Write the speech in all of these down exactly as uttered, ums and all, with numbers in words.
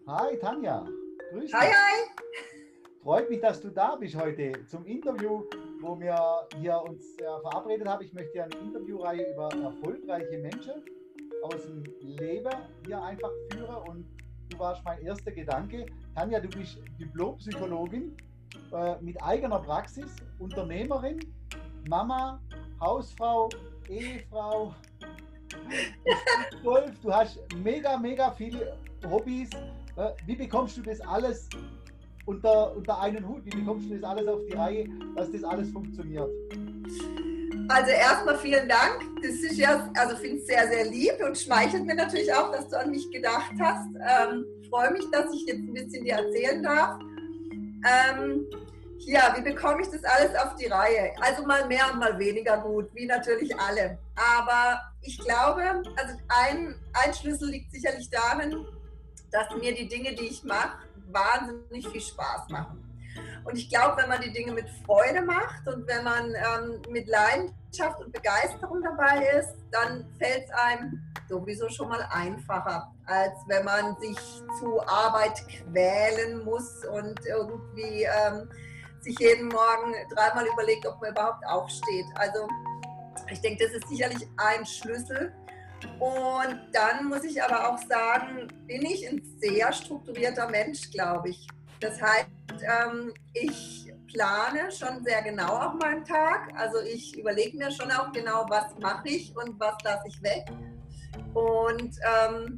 Hi Tanja, grüß Hi, dich. hi. Freut mich, dass du da bist heute zum Interview, wo wir hier uns äh, verabredet haben. Ich möchte ja eine Interviewreihe über erfolgreiche Menschen aus dem Leben hier einfach führen und du warst mein erster Gedanke. Tanja, du bist Diplompsychologin äh, mit eigener Praxis, Unternehmerin, Mama, Hausfrau, Ehefrau. Du spielst Golf, du hast mega, mega viele Hobbys. Äh, Wie bekommst du das alles unter, unter einen Hut? Wie bekommst du das alles auf die Reihe, dass das alles funktioniert? Also erstmal vielen Dank. Das ist ja, also finde ich sehr, sehr lieb und schmeichelt mir natürlich auch, dass du an mich gedacht hast. Ähm, freue mich, dass ich jetzt ein bisschen dir erzählen darf. Ähm, ja, wie bekomme ich das alles auf die Reihe? Also mal mehr und mal weniger gut, wie natürlich alle. Aber ich glaube, also ein, ein Schlüssel liegt sicherlich darin, dass mir die Dinge, die ich mache, wahnsinnig viel Spaß machen. Und ich glaube, wenn man die Dinge mit Freude macht und wenn man ähm, mit Leidenschaft und Begeisterung dabei ist, dann fällt es einem sowieso schon mal einfacher, als wenn man sich zu Arbeit quälen muss und irgendwie ähm, sich jeden Morgen dreimal überlegt, ob man überhaupt aufsteht. Also ich denke, das ist sicherlich ein Schlüssel. Und dann muss ich aber auch sagen, bin ich ein sehr strukturierter Mensch, glaube ich. Das heißt, ähm, ich plane schon sehr genau auch meinen Tag. Also ich überlege mir schon auch genau, was mache ich und was lasse ich weg. Und ähm,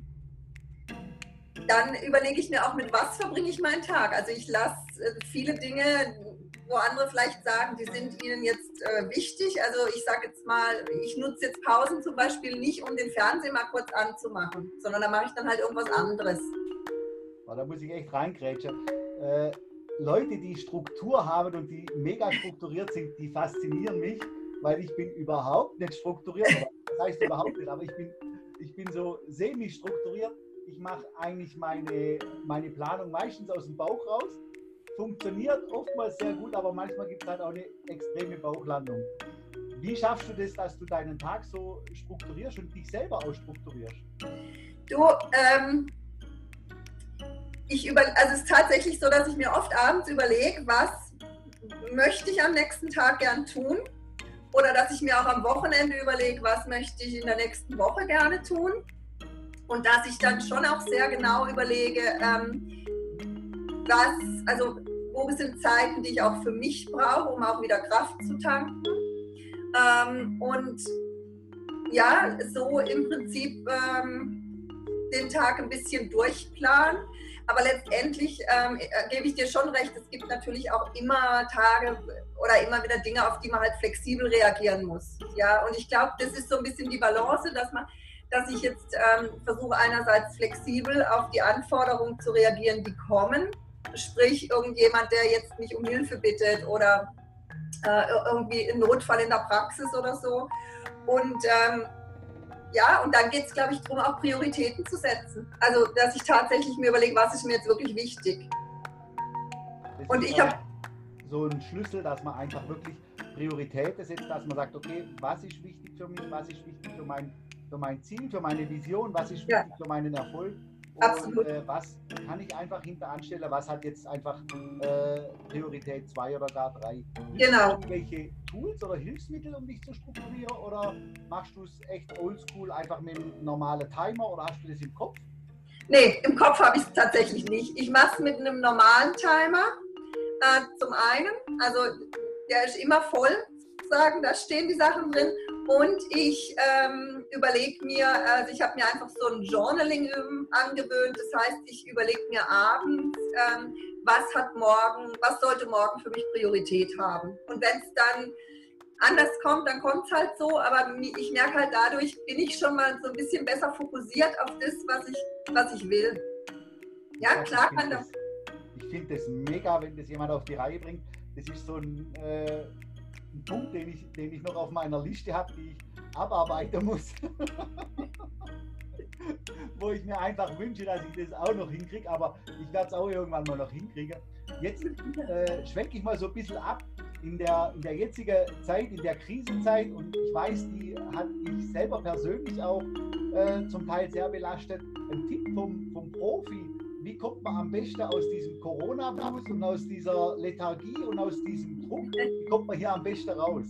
dann überlege ich mir auch, mit was verbringe ich meinen Tag. Also ich lasse äh, viele Dinge, wo andere vielleicht sagen, die sind ihnen jetzt äh, wichtig. Also ich sage jetzt mal, ich nutze jetzt Pausen zum Beispiel nicht, um den Fernseher mal kurz anzumachen, sondern da mache ich dann halt irgendwas anderes. Oh, da muss ich echt reingrätschen. Äh, Leute, die Struktur haben und die mega strukturiert sind, die faszinieren mich, weil ich bin überhaupt nicht strukturiert. Oder das heißt überhaupt nicht, aber ich bin, ich bin so semi-strukturiert. Ich mache eigentlich meine, meine Planung meistens aus dem Bauch raus. Funktioniert oftmals sehr gut, aber manchmal gibt es halt auch eine extreme Bauchlandung. Wie schaffst du das, dass du deinen Tag so strukturierst und dich selber auch strukturierst? Du, ähm, ich über, also es ist tatsächlich so, dass ich mir oft abends überlege, was möchte ich am nächsten Tag gern tun? Oder dass ich mir auch am Wochenende überlege, was möchte ich in der nächsten Woche gerne tun? Und dass ich dann schon auch sehr genau überlege, ähm, was, also wo sind Zeiten, die ich auch für mich brauche, um auch wieder Kraft zu tanken. Ähm, und ja, so im Prinzip ähm, den Tag ein bisschen durchplanen. Aber letztendlich ähm, gebe ich dir schon recht, es gibt natürlich auch immer Tage oder immer wieder Dinge, auf die man halt flexibel reagieren muss. Ja, und ich glaube, das ist so ein bisschen die Balance, dass man, dass ich jetzt ähm, versuche, einerseits flexibel auf die Anforderungen zu reagieren, die kommen. Sprich, irgendjemand, der jetzt mich um Hilfe bittet oder äh, irgendwie einen Notfall in der Praxis oder so. Und ähm, ja, und dann geht es, glaube ich, darum, auch Prioritäten zu setzen. Also, dass ich tatsächlich mir überlege, was ist mir jetzt wirklich wichtig. Das Und ist ich so, habe, so ein Schlüssel, dass man einfach wirklich Prioritäten setzt, dass man sagt, okay, was ist wichtig für mich, was ist wichtig für mein, für mein Ziel, für meine Vision, was ist ja, wichtig für meinen Erfolg und absolut. äh, was kann ich einfach hinter anstellen, was hat jetzt einfach äh, Priorität zwei oder gar drei. Nützt du Genau. irgendwelche Tools oder Hilfsmittel, um dich zu strukturieren oder machst du es echt oldschool einfach mit einem normalen Timer oder hast du das im Kopf? Nee, im Kopf habe ich es tatsächlich nicht. Ich mache es mit einem normalen Timer. Äh, zum einen, also der ist immer voll, sagen, da stehen die Sachen drin. Und ich ähm, überlege mir, also ich habe mir einfach so ein Journaling angewöhnt. Das heißt, ich überlege mir abends, ähm, was hat morgen, was sollte morgen für mich Priorität haben. Und wenn es dann anders kommt, dann kommt es halt so. Aber ich merke halt dadurch, bin ich schon mal so ein bisschen besser fokussiert auf das, was ich, was ich will. Ja, Doch, ich klar finde kann das. das, ich find das mega, wenn das jemand auf die Reihe bringt. Das ist so ein, äh, ein Punkt, den ich, den ich noch auf meiner Liste habe, die ich abarbeiten muss. Wo ich mir einfach wünsche, dass ich das auch noch hinkriege, aber ich werde es auch irgendwann mal noch hinkriegen. Jetzt äh, schwenke ich mal so ein bisschen ab in der, in der jetzigen Zeit, in der Krisenzeit und ich weiß, die hat dich selber persönlich auch äh, zum Teil sehr belastet. Ein Tipp vom, vom Profi, wie kommt man am besten aus diesem Corona-Blues und aus dieser Lethargie und aus diesem Druck, wie kommt man hier am besten raus?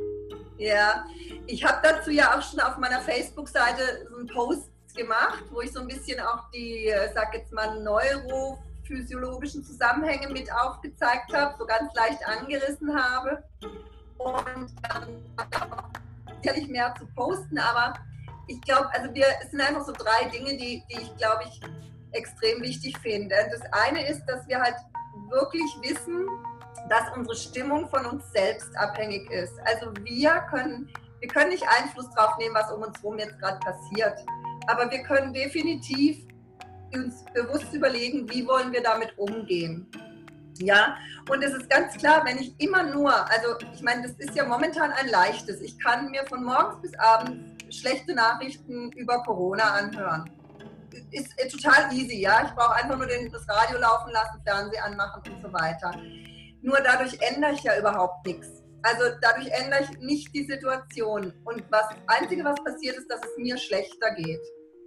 Ja, ich habe dazu ja auch schon auf meiner Facebook-Seite so einen Post gemacht, wo ich so ein bisschen auch die, sag jetzt mal, neurophysiologischen Zusammenhänge mit aufgezeigt habe, so ganz leicht angerissen habe. Und ähm, sicherlich mehr zu posten, aber ich glaube, also wir, es sind einfach so drei Dinge, die, die ich, glaube ich, extrem wichtig finde. Das eine ist, dass wir halt wirklich wissen, dass unsere Stimmung von uns selbst abhängig ist. Also wir können, wir können nicht Einfluss drauf nehmen, was um uns herum jetzt gerade passiert. Aber wir können definitiv uns bewusst überlegen, wie wollen wir damit umgehen. Ja, und es ist ganz klar, wenn ich immer nur, also ich meine, das ist ja momentan ein leichtes. Ich kann mir von morgens bis abends schlechte Nachrichten über Corona anhören. Ist total easy, ja. Ich brauche einfach nur den, das Radio laufen lassen, Fernseher anmachen und so weiter. Nur dadurch ändere ich ja überhaupt nichts. Also dadurch ändere ich nicht die Situation. Und das Einzige, was passiert, ist, dass es mir schlechter geht.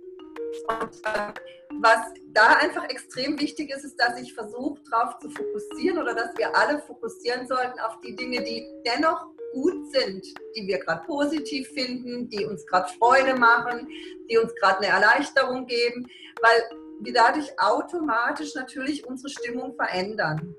Und äh, was da einfach extrem wichtig ist, ist, dass ich versuche, darauf zu fokussieren oder dass wir alle fokussieren sollten auf die Dinge, die dennoch gut sind, die wir gerade positiv finden, die uns gerade Freude machen, die uns gerade eine Erleichterung geben, weil wir dadurch automatisch natürlich unsere Stimmung verändern.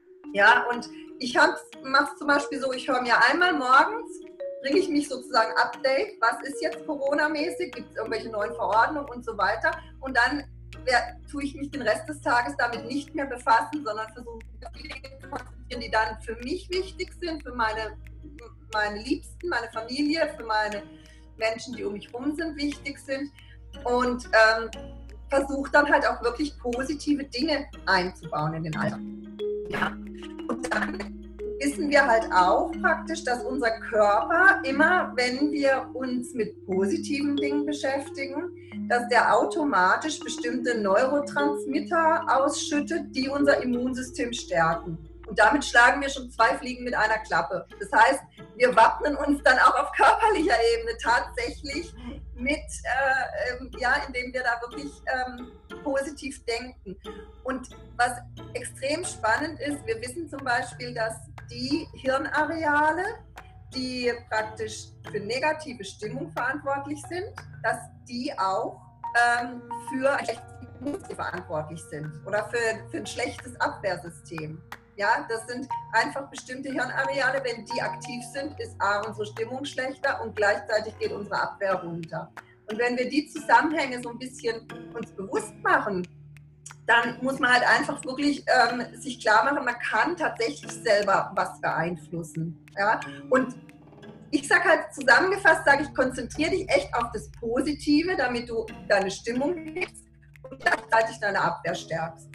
Ja, und ich mache es zum Beispiel so, ich höre mir einmal morgens, bringe ich mich sozusagen Update, was ist jetzt Corona-mäßig, gibt es irgendwelche neuen Verordnungen und so weiter. Und dann wer, tue ich mich den Rest des Tages damit nicht mehr befassen, sondern versuche die Dinge zu konzentrieren, die dann für mich wichtig sind, für meine, meine Liebsten, meine Familie, für meine Menschen, die um mich herum sind, wichtig sind. Und ähm, versuche dann halt auch wirklich positive Dinge einzubauen in den Alltag. Ja. Und dann wissen wir halt auch praktisch, dass unser Körper immer, wenn wir uns mit positiven Dingen beschäftigen, dass der automatisch bestimmte Neurotransmitter ausschüttet, die unser Immunsystem stärken. Und damit schlagen wir schon zwei Fliegen mit einer Klappe. Das heißt, wir wappnen uns dann auch auf körperlicher Ebene tatsächlich mit, äh, ähm, ja, indem wir da wirklich ähm, positiv denken. Und was extrem spannend ist, wir wissen zum Beispiel, dass die Hirnareale, die praktisch für negative Stimmung verantwortlich sind, dass die auch ähm, für ein schlechtes Immunsystem verantwortlich sind oder für, für ein schlechtes Abwehrsystem. Ja, das sind einfach bestimmte Hirnareale, wenn die aktiv sind, ist A, unsere Stimmung schlechter und gleichzeitig geht unsere Abwehr runter. Und wenn wir die Zusammenhänge so ein bisschen uns bewusst machen, dann muss man halt einfach wirklich ähm, sich klar machen, man kann tatsächlich selber was beeinflussen. Ja? Und ich sage halt zusammengefasst, sage ich, konzentriere dich echt auf das Positive, damit du deine Stimmung hebst und gleichzeitig deine Abwehr stärkst.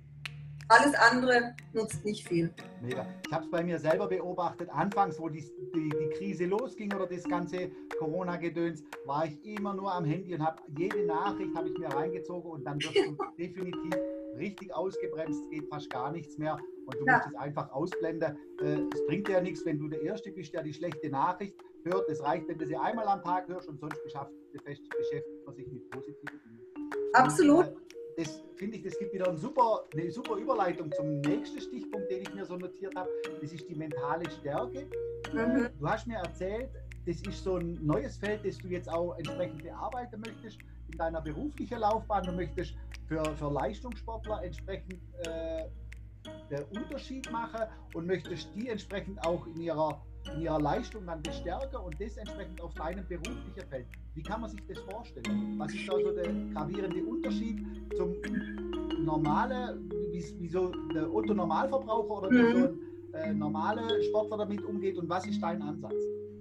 Alles andere nutzt nicht viel. Mega. Ich habe es bei mir selber beobachtet. Anfangs, wo die, die, die Krise losging oder das ganze Corona-Gedöns, war ich immer nur am Handy und habe jede Nachricht habe ich mir reingezogen und dann wirst du definitiv richtig ausgebremst, geht fast gar nichts mehr und du ja. musst es einfach ausblenden. Äh, es bringt dir ja nichts, wenn du der Erste bist, der die schlechte Nachricht hört. Es reicht, wenn du sie einmal am Tag hörst und sonst beschäftigt man sich mit positiven Dingen. Absolut. Und, äh, das finde ich, das gibt wieder ein super, eine super Überleitung zum nächsten Stichpunkt, den ich mir so notiert habe. Das ist die mentale Stärke. Mhm. Du hast mir erzählt, das ist so ein neues Feld, das du jetzt auch entsprechend bearbeiten möchtest in deiner beruflichen Laufbahn. Du möchtest für, für Leistungssportler entsprechend äh, den Unterschied machen und möchtest die entsprechend auch in ihrer, in ihrer Leistung dann bestärken und das entsprechend auf deinem beruflichen Feld. Wie kann man sich das vorstellen? Was ist da so der gravierende Unterschied zum normalen, wie, wie so der Otto-Normalverbraucher oder wie so ein äh, normaler Sportler damit umgeht und was ist dein Ansatz?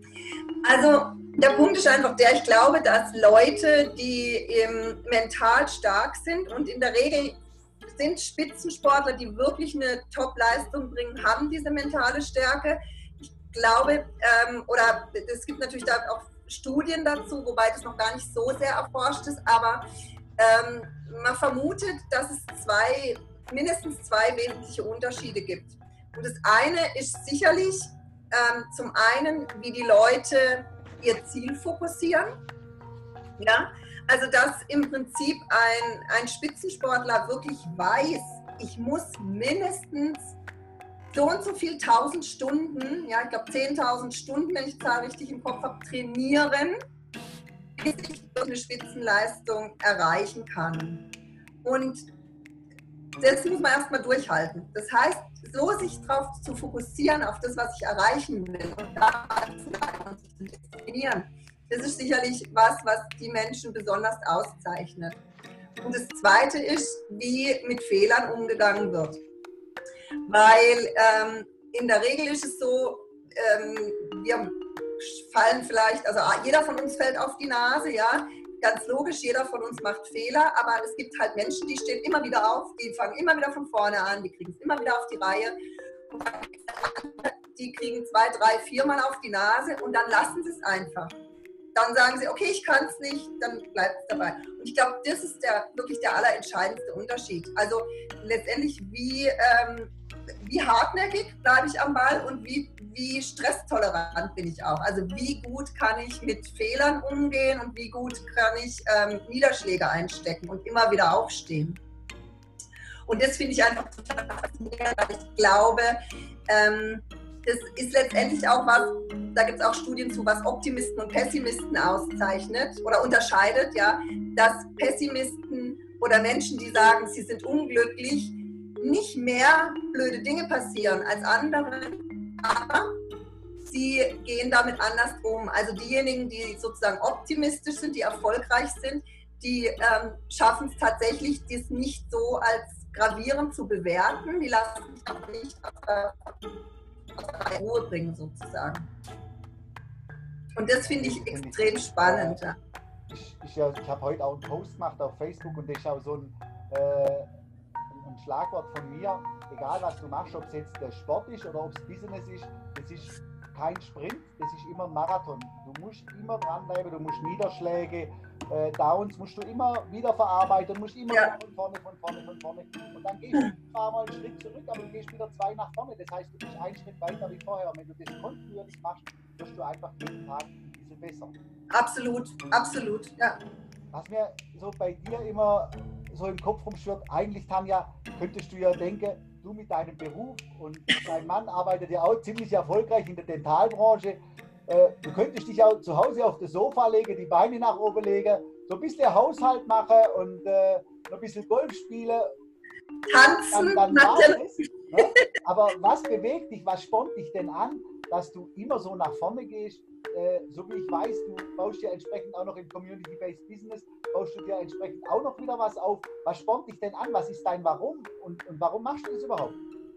Also der Punkt ist einfach der, ich glaube, dass Leute, die ähm, mental stark sind und in der Regel sind Spitzensportler, die wirklich eine Top-Leistung bringen, haben diese mentale Stärke. Ich glaube, ähm, oder es gibt natürlich da auch Studien dazu, wobei das noch gar nicht so sehr erforscht ist, aber ähm, man vermutet, dass es zwei, mindestens zwei wesentliche Unterschiede gibt. Und das eine ist sicherlich ähm, zum einen, wie die Leute ihr Ziel fokussieren. Ja? Also dass im Prinzip ein, ein Spitzensportler wirklich weiß, ich muss mindestens so und so viel tausend Stunden, ja, ich glaube zehntausend Stunden, wenn ich die Zahl richtig im Kopf habe, trainieren, bis ich eine Spitzenleistung erreichen kann. Und das muss man erstmal durchhalten. Das heißt, so sich darauf zu fokussieren, auf das, was ich erreichen will und da zu bleiben und sich zu disziplinieren, das ist sicherlich was, was die Menschen besonders auszeichnet. Und das Zweite ist, wie mit Fehlern umgegangen wird. Weil ähm, in der Regel ist es so, ähm, wir fallen vielleicht, also jeder von uns fällt auf die Nase, ja, ganz logisch, jeder von uns macht Fehler, aber es gibt halt Menschen, die stehen immer wieder auf, die fangen immer wieder von vorne an, die kriegen es immer wieder auf die Reihe. Und die kriegen zwei, drei, viermal auf die Nase und dann lassen sie es einfach. Dann sagen sie, okay, ich kann es nicht, dann bleibt es dabei. Und ich glaube, das ist der, wirklich der allerentscheidendste Unterschied. Also letztendlich, wie, ähm, wie hartnäckig bleibe ich am Ball und wie, wie stresstolerant bin ich auch. Also wie gut kann ich mit Fehlern umgehen und wie gut kann ich ähm, Niederschläge einstecken und immer wieder aufstehen. Und das finde ich einfach total faszinierend, weil ich glaube, ähm, das ist letztendlich auch was, da gibt es auch Studien zu, was Optimisten und Pessimisten auszeichnet oder unterscheidet, ja, dass Pessimisten oder Menschen, die sagen, sie sind unglücklich, nicht mehr blöde Dinge passieren als andere, aber sie gehen damit anders um. Also diejenigen, die sozusagen optimistisch sind, die erfolgreich sind, die ähm, schaffen es tatsächlich, das nicht so als gravierend zu bewerten, die lassen sich auch nicht auf Ruhe bringen sozusagen. Und das finde ich extrem spannend. Ja. Ich, ich, ich habe heute auch einen Post gemacht auf Facebook und das ist auch so ein, äh, ein Schlagwort von mir, egal was du machst, ob es jetzt der Sport ist oder ob es Business ist, das ist kein Sprint, das ist immer ein Marathon. Du musst immer dranbleiben, du musst Niederschläge, äh, Downs musst du immer wieder verarbeiten, du musst immer ja. von vorne, von vorne, von vorne. Und dann gehst du zwar mal einen Schritt zurück, aber du gehst wieder zwei nach vorne. Das heißt, du bist einen Schritt weiter wie vorher. Und wenn du das kontinuierlich machst, wirst du einfach jeden Tag ein bisschen besser. Absolut, absolut, ja. Was mir so bei dir immer so im Kopf rumschwirrt, eigentlich, Tanja, könntest du ja denken, du mit deinem Beruf und dein Mann arbeitet ja auch ziemlich erfolgreich in der Dentalbranche. Äh, du könntest dich auch zu Hause auf das Sofa legen, die Beine nach oben legen, so ein bisschen Haushalt machen und äh, noch ein bisschen Golf spielen. Tanzen, dann, dann natürlich. Ne? Aber was bewegt dich, was spornt dich denn an, dass du immer so nach vorne gehst? Äh, so wie ich weiß, du baust ja entsprechend auch noch im Community-Based Business, baust du dir entsprechend auch noch wieder was auf. Was spornt dich denn an? Was ist dein Warum? Und, und warum machst du das überhaupt?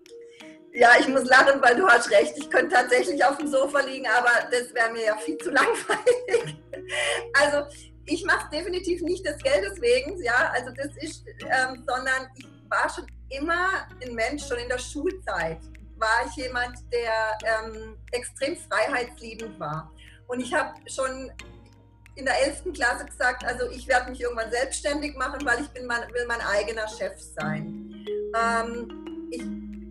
Ja, ich muss lachen, weil du hast recht. Ich könnte tatsächlich auf dem Sofa liegen, aber das wäre mir ja viel zu langweilig. Also ich mache es definitiv nicht des Geldes wegen, ja, also das ist, ähm, sondern ich war schon immer ein Mensch, schon in der Schulzeit war ich jemand, der ähm, extrem freiheitsliebend war. Und ich habe schon in der elften Klasse gesagt, also ich werde mich irgendwann selbstständig machen, weil ich bin mein, will mein eigener Chef sein. Ähm, ich,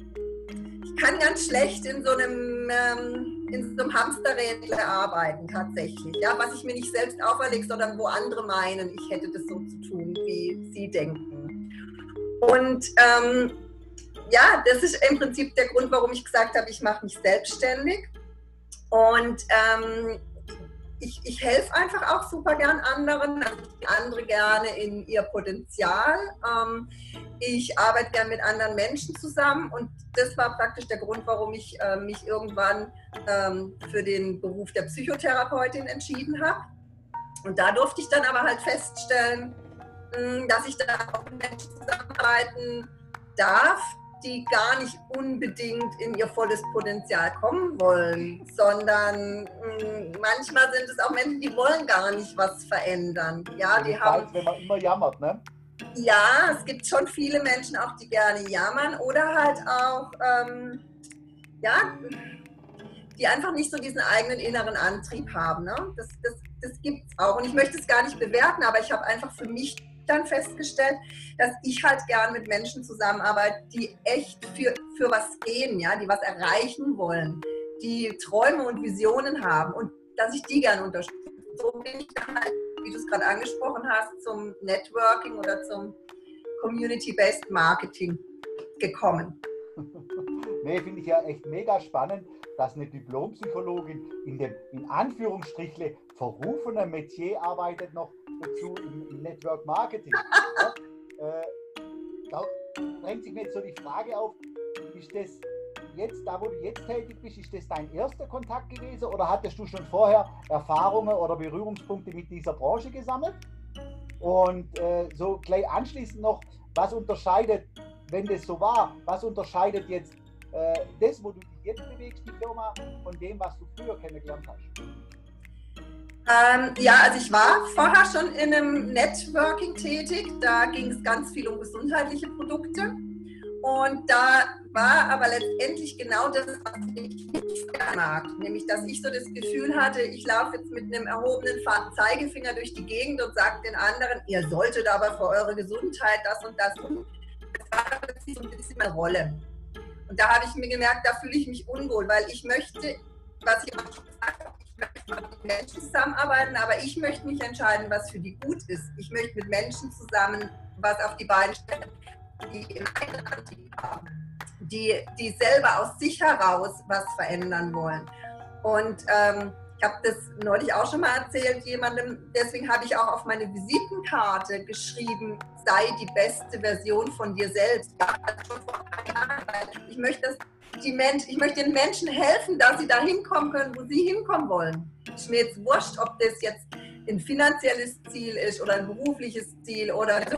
ich kann ganz schlecht in so einem, ähm, in so einem Hamsterrädle arbeiten tatsächlich, ja, was ich mir nicht selbst auferlege, sondern wo andere meinen, ich hätte das so zu tun, wie sie denken. Und ähm, ja, das ist im Prinzip der Grund, warum ich gesagt habe, ich mache mich selbstständig. Und ähm, ich, ich helfe einfach auch super gern anderen, also andere gerne in ihr Potenzial. Ähm, ich arbeite gern mit anderen Menschen zusammen und das war praktisch der Grund, warum ich äh, mich irgendwann ähm, für den Beruf der Psychotherapeutin entschieden habe. Und da durfte ich dann aber halt feststellen, mh, dass ich da auch mit Menschen zusammenarbeiten darf, die gar nicht unbedingt in ihr volles Potenzial kommen wollen, sondern mh, manchmal sind es auch Menschen, die wollen gar nicht was verändern. Ja, die haben, wenn man immer jammert, ne? Ja, es gibt schon viele Menschen auch, die gerne jammern oder halt auch, ähm, ja, die einfach nicht so diesen eigenen inneren Antrieb haben. Ne? Das, das, das gibt es auch und ich möchte es gar nicht bewerten, aber ich habe einfach für mich dann festgestellt, dass ich halt gern mit Menschen zusammenarbeite, die echt für, für was gehen, ja, die was erreichen wollen, die Träume und Visionen haben und dass ich die gern unterstütze. So bin ich dann halt wie du es gerade angesprochen hast, zum Networking oder zum Community-Based Marketing gekommen. Nee, finde ich ja echt mega spannend, dass eine Diplompsychologin in dem, in Anführungsstrichle, verrufenen Metier arbeitet noch dazu im, im Network Marketing. Ja, äh, da drängt sich mir jetzt so die Frage auf, ist das jetzt, da wo du jetzt tätig bist, ist das dein erster Kontakt gewesen oder hattest du schon vorher Erfahrungen oder Berührungspunkte mit dieser Branche gesammelt? Und äh, so gleich anschließend noch, was unterscheidet, wenn das so war, was unterscheidet jetzt äh, das, wo du dich jetzt bewegst, die Firma, von dem, was du früher kennengelernt hast? Ähm, ja, also ich war vorher schon in einem Networking tätig, da ging es ganz viel um gesundheitliche Produkte und da war aber letztendlich genau das, was ich nicht mag, nämlich dass ich so das Gefühl hatte, ich laufe jetzt mit einem erhobenen Zeigefinger durch die Gegend und sage den anderen, ihr solltet aber für eure Gesundheit das und das tun. Das war plötzlich so ein bisschen meine Rolle. Und da habe ich mir gemerkt, da fühle ich mich unwohl, weil ich möchte, was ich auch schon gesagt habe, ich möchte mit Menschen zusammenarbeiten, aber ich möchte nicht entscheiden, was für die gut ist. Ich möchte mit Menschen zusammen was auf die Beine stellen, die einen Antrieb haben, die, die selber aus sich heraus was verändern wollen. Und ähm, ich habe das neulich auch schon mal erzählt jemandem, deswegen habe ich auch auf meine Visitenkarte geschrieben, sei die beste Version von dir selbst. Ja, also schon vor drei Jahren, weil ich möchte, dass die Mensch, ich möchte den Menschen helfen, dass sie da hinkommen können, wo sie hinkommen wollen. Es ist mir jetzt wurscht, ob das jetzt ein finanzielles Ziel ist oder ein berufliches Ziel oder ein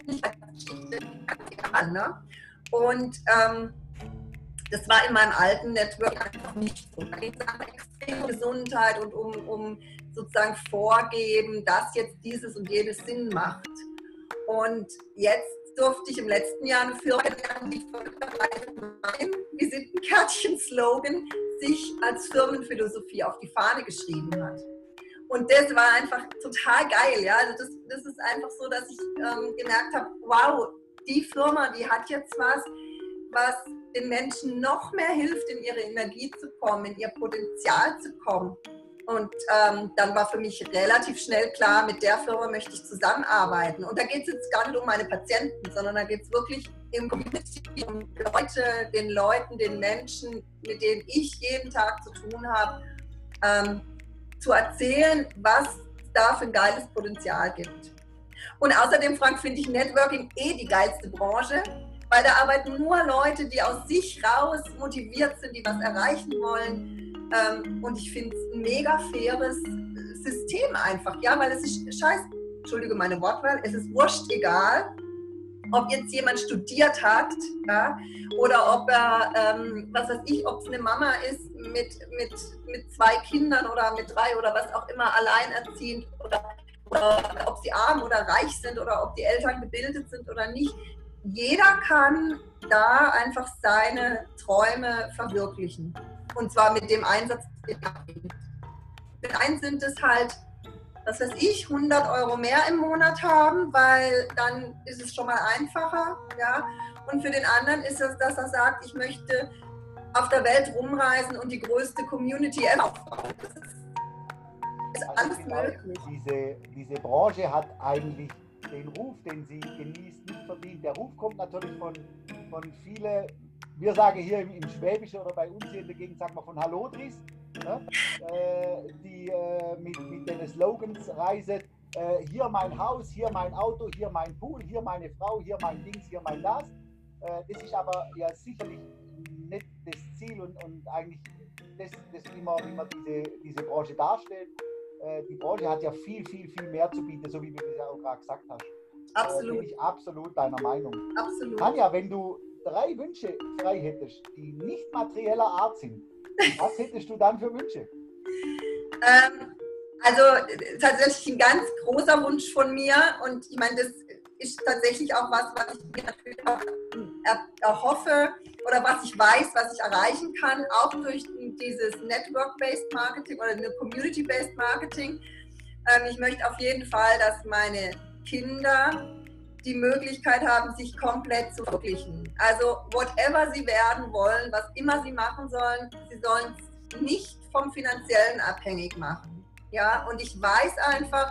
egal, ne? Und ähm, das war in meinem alten Network einfach nicht so. Da ging es um extreme Gesundheit und um, um sozusagen Vorgeben, dass jetzt dieses und jenes Sinn macht. Und jetzt durfte ich im letzten Jahr eine Firma lernen, die mein Visitenkärtchen-Slogan sich als Firmenphilosophie auf die Fahne geschrieben hat. Und das war einfach total geil. Ja? Also das, das ist einfach so, dass ich ähm, gemerkt habe, wow, die Firma, die hat jetzt was, was den Menschen noch mehr hilft, in ihre Energie zu kommen, in ihr Potenzial zu kommen. Und ähm, dann war für mich relativ schnell klar, mit der Firma möchte ich zusammenarbeiten. Und da geht es jetzt gar nicht um meine Patienten, sondern da geht es wirklich im Community, um Leute, den Leuten, den Menschen, mit denen ich jeden Tag zu tun habe, ähm, zu erzählen, was es da für ein geiles Potenzial gibt. Und außerdem, Frank, finde ich Networking eh die geilste Branche, weil da arbeiten nur Leute, die aus sich raus motiviert sind, die was erreichen wollen. Ähm, und ich finde es ein mega faires System einfach, ja, weil es ist scheiße, entschuldige meine Wortwahl, es ist wurscht egal, ob jetzt jemand studiert hat, ja, oder ob er, ähm, was weiß ich, ob es eine Mama ist mit, mit, mit zwei Kindern oder mit drei oder was auch immer, alleinerziehend oder, oder ob sie arm oder reich sind oder ob die Eltern gebildet sind oder nicht. Jeder kann da einfach seine Träume verwirklichen. Und zwar mit dem Einsatz, den er bringt. Für den einen sind es halt, was weiß ich, hundert Euro mehr im Monat haben, weil dann ist es schon mal einfacher. Ja? Und für den anderen ist es, dass er sagt, ich möchte auf der Welt rumreisen und die größte Community aufbauen. Das ist, ist also alles genau, möglich. Diese, diese Branche hat eigentlich den Ruf, den sie genießt, nicht verdient. Der Ruf kommt natürlich von, von vielen, wir sagen hier im, im Schwäbischen oder bei uns hier in der Gegend, sagen wir von Hallodris, ne? äh, die äh, mit, mit den Slogans reisen, äh, hier mein Haus, hier mein Auto, hier mein Pool, hier meine Frau, hier mein Dings, hier mein das. Äh, das ist aber ja sicherlich nicht das Ziel und, und eigentlich das, das wie, man, wie man diese, diese Branche darstellt. Die Branche hat ja viel, viel, viel mehr zu bieten, so wie du das ja auch gerade gesagt hast. Absolut. Äh, bin ich absolut deiner Meinung. Absolut. Tanja, wenn du drei Wünsche frei hättest, die nicht materieller Art sind, was hättest du dann für Wünsche? Ähm, also tatsächlich ein ganz großer Wunsch von mir und ich meine, das ist tatsächlich auch was, was ich mir natürlich auch erhoffe oder was ich weiß, was ich erreichen kann, auch durch dieses Network-Based Marketing oder eine Community-Based Marketing. Ähm, ich möchte auf jeden Fall, dass meine Kinder die Möglichkeit haben, sich komplett zu verwirklichen. Also whatever sie werden wollen, was immer sie machen sollen, sie sollen es nicht vom Finanziellen abhängig machen. Ja, und ich weiß einfach, ich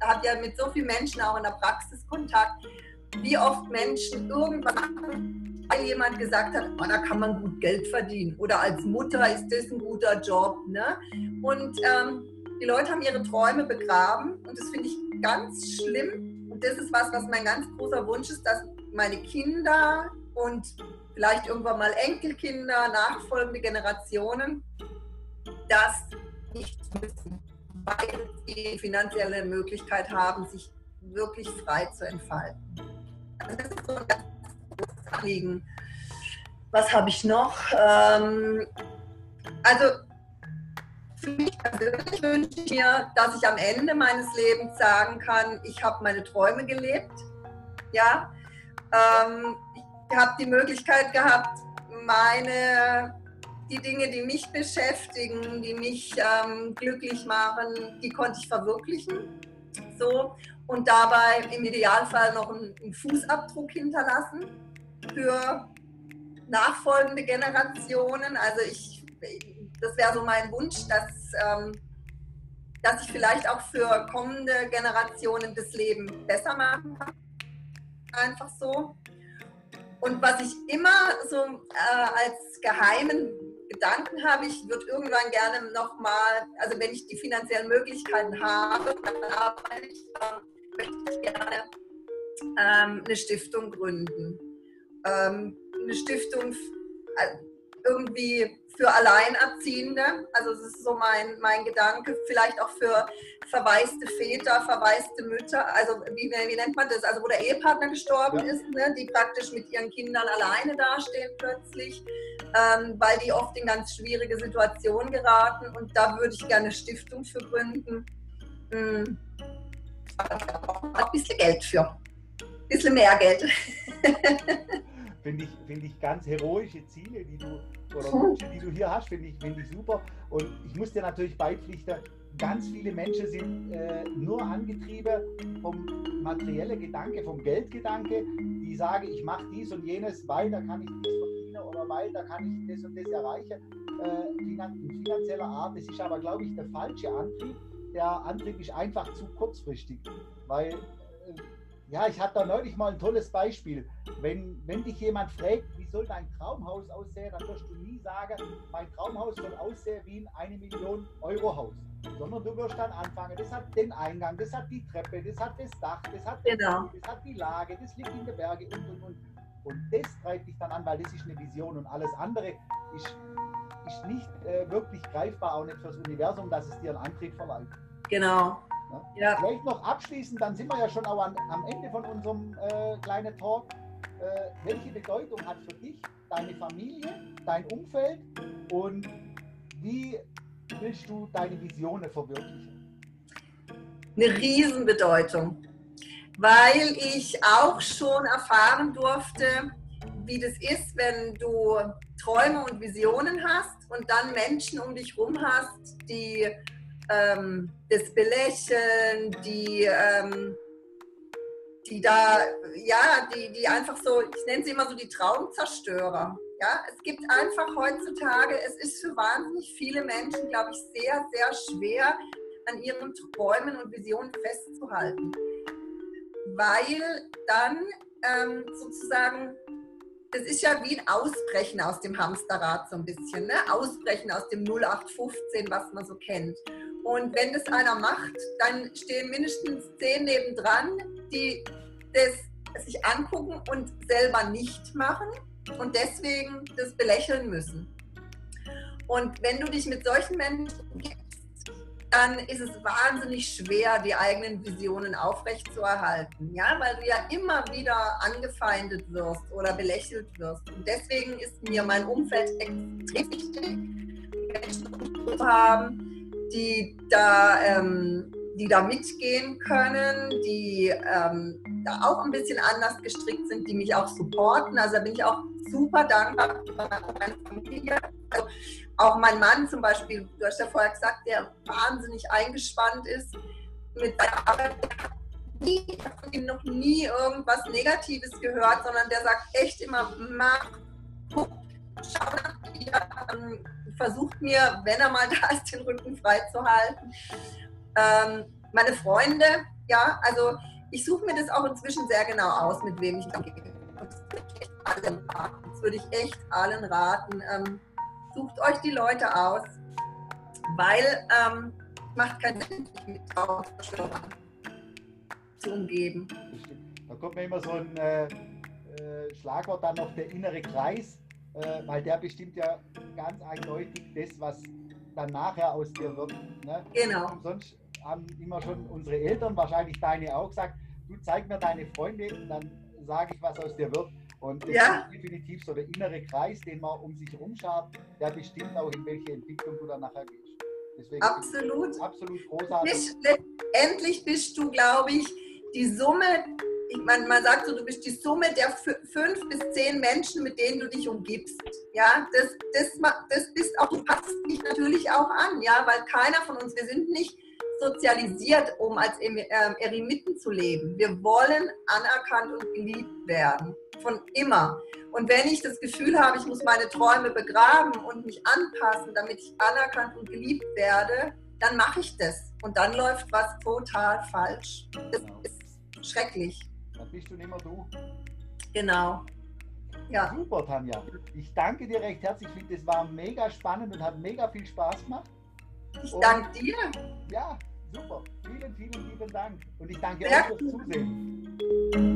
habe ja mit so vielen Menschen auch in der Praxis Kontakt, wie oft Menschen irgendwas machen, weil jemand gesagt hat, oh, da kann man gut Geld verdienen oder als Mutter ist das ein guter Job. Ne? Und ähm, die Leute haben ihre Träume begraben und das finde ich ganz schlimm. Und das ist was, was mein ganz großer Wunsch ist, dass meine Kinder und vielleicht irgendwann mal Enkelkinder, nachfolgende Generationen, das nicht müssen, weil sie die finanzielle Möglichkeit haben, sich wirklich frei zu entfalten. Also das ist so ein ganz großes Anliegen. Was habe ich noch? Ähm, also für mich persönlich wünsche ich mir, dass ich am Ende meines Lebens sagen kann, ich habe meine Träume gelebt. Ja, ähm, ich habe die Möglichkeit gehabt, meine, die Dinge, die mich beschäftigen, die mich ähm, glücklich machen, die konnte ich verwirklichen. So, und dabei im Idealfall noch einen, einen Fußabdruck hinterlassen für nachfolgende Generationen. Also ich, das wäre so mein Wunsch, dass, ähm, dass ich vielleicht auch für kommende Generationen das Leben besser machen kann. Einfach so. Und was ich immer so äh, als geheimen Gedanken habe, ich würde irgendwann gerne nochmal, also wenn ich die finanziellen Möglichkeiten habe, dann arbeite ich, äh, möchte ich gerne ähm, eine Stiftung gründen. Ähm, eine Stiftung äh, irgendwie für Alleinerziehende, also das ist so mein, mein Gedanke, vielleicht auch für verwaiste Väter, verwaiste Mütter, also wie, wie nennt man das, also wo der Ehepartner gestorben ja. ist, ne, die praktisch mit ihren Kindern alleine dastehen plötzlich, ähm, weil die oft in ganz schwierige Situationen geraten und da würde ich gerne eine Stiftung für gründen. Hm. Ein bisschen Geld für, ein bisschen mehr Geld. Finde ich, find ich ganz heroische Ziele, die du, oder Wünsche, die du hier hast, finde ich, find ich super. Und ich muss dir natürlich beipflichten, ganz viele Menschen sind äh, nur angetrieben vom materiellen Gedanke, vom Geldgedanke, die sagen, ich mache dies und jenes, weil da kann ich dies verdienen oder weil da kann ich das und das erreichen, äh, in finanzieller Art. Das ist aber, glaube ich, der falsche Antrieb. Der Antrieb ist einfach zu kurzfristig, weil äh, ja, ich hatte da neulich mal ein tolles Beispiel. Wenn, wenn dich jemand fragt, wie soll dein Traumhaus aussehen, dann wirst du nie sagen, mein Traumhaus soll aussehen wie ein eine Million Euro Haus. Sondern du wirst dann anfangen, das hat den Eingang, das hat die Treppe, das hat das Dach, das hat, genau. das hat die Lage, das liegt in den Bergen und und und. Und das treibt dich dann an, weil das ist eine Vision und alles andere ist, ist nicht äh, wirklich greifbar, auch nicht fürs Universum, dass es dir einen Antrieb verleiht. Genau. Ja. Vielleicht noch abschließend, dann sind wir ja schon auch an, am Ende von unserem äh, kleinen Talk. Äh, welche Bedeutung hat für dich deine Familie, dein Umfeld und wie willst du deine Visionen verwirklichen? Eine Riesenbedeutung, weil ich auch schon erfahren durfte, wie das ist, wenn du Träume und Visionen hast und dann Menschen um dich herum hast, die Ähm, das Belächeln, die, ähm, die da, ja, die, die einfach so, ich nenne sie immer so die Traumzerstörer. Ja, es gibt einfach heutzutage, es ist für wahnsinnig viele Menschen, glaube ich, sehr, sehr schwer, an ihren Träumen und Visionen festzuhalten. Weil dann ähm, sozusagen, das ist ja wie ein Ausbrechen aus dem Hamsterrad so ein bisschen, ne? Ausbrechen aus dem null acht fünfzehn, was man so kennt. Und wenn das einer macht, dann stehen mindestens zehn nebendran, die das sich angucken und selber nicht machen und deswegen das belächeln müssen. Und wenn du dich mit solchen Menschen umgibst, dann ist es wahnsinnig schwer, die eigenen Visionen aufrechtzuerhalten, ja, weil du ja immer wieder angefeindet wirst oder belächelt wirst. Und deswegen ist mir mein Umfeld extrem wichtig, Menschen zu haben, die da, ähm, die da mitgehen können, die ähm, da auch ein bisschen anders gestrickt sind, die mich auch supporten. Also da bin ich auch super dankbar für meine Familie. Also auch mein Mann zum Beispiel, du hast ja vorher gesagt, der wahnsinnig eingespannt ist mit seiner Arbeit. Ich habe von ihm noch nie irgendwas Negatives gehört, sondern der sagt echt immer, mach, guck, schau nach dir, ähm, versucht mir, wenn er mal da ist, den Rücken frei zu halten. Ähm, meine Freunde, ja, also ich suche mir das auch inzwischen sehr genau aus, mit wem ich da gehe. Das würde ich echt allen raten. Das würde ich echt allen raten. Ähm, sucht euch die Leute aus, weil ähm, macht keinen Sinn, sich mit Trauerverschwörern zu umgeben. Da kommt mir immer so ein äh, äh, Schlagwort dann noch, der innere Kreis, äh, weil der bestimmt ja ganz eindeutig das, was dann nachher aus dir wird. Ne? Genau. Und sonst haben immer schon unsere Eltern, wahrscheinlich deine auch, gesagt, du zeig mir deine Freunde, dann sage ich, was aus dir wird. Und das Ja. ist definitiv so der innere Kreis, den man um sich rumschaut, der bestimmt auch, in welche Entwicklung du dann nachher gehst. Deswegen Absolut. Absolut großartig. Bist, letztendlich bist du, glaube ich, die Summe, ich meine, man sagt so, du bist die Summe der fünf bis zehn Menschen, mit denen du dich umgibst. Ja, das, das, das bist auch, du passt dich natürlich auch an, ja, weil keiner von uns, wir sind nicht sozialisiert, um als Eremiten zu leben. Wir wollen anerkannt und geliebt werden. Von immer. Und wenn ich das Gefühl habe, ich muss meine Träume begraben und mich anpassen, damit ich anerkannt und geliebt werde, dann mache ich das. Und dann läuft was total falsch. Das Genau. ist schrecklich. Dann bist du nicht mehr du. Genau. Ja. Super, Tanja. Ich danke dir recht herzlich. Ich finde, das war mega spannend und hat mega viel Spaß gemacht. Ich und, danke dir. Ja, super. Vielen, vielen lieben Dank. Und ich danke Sehr euch fürs Zusehen.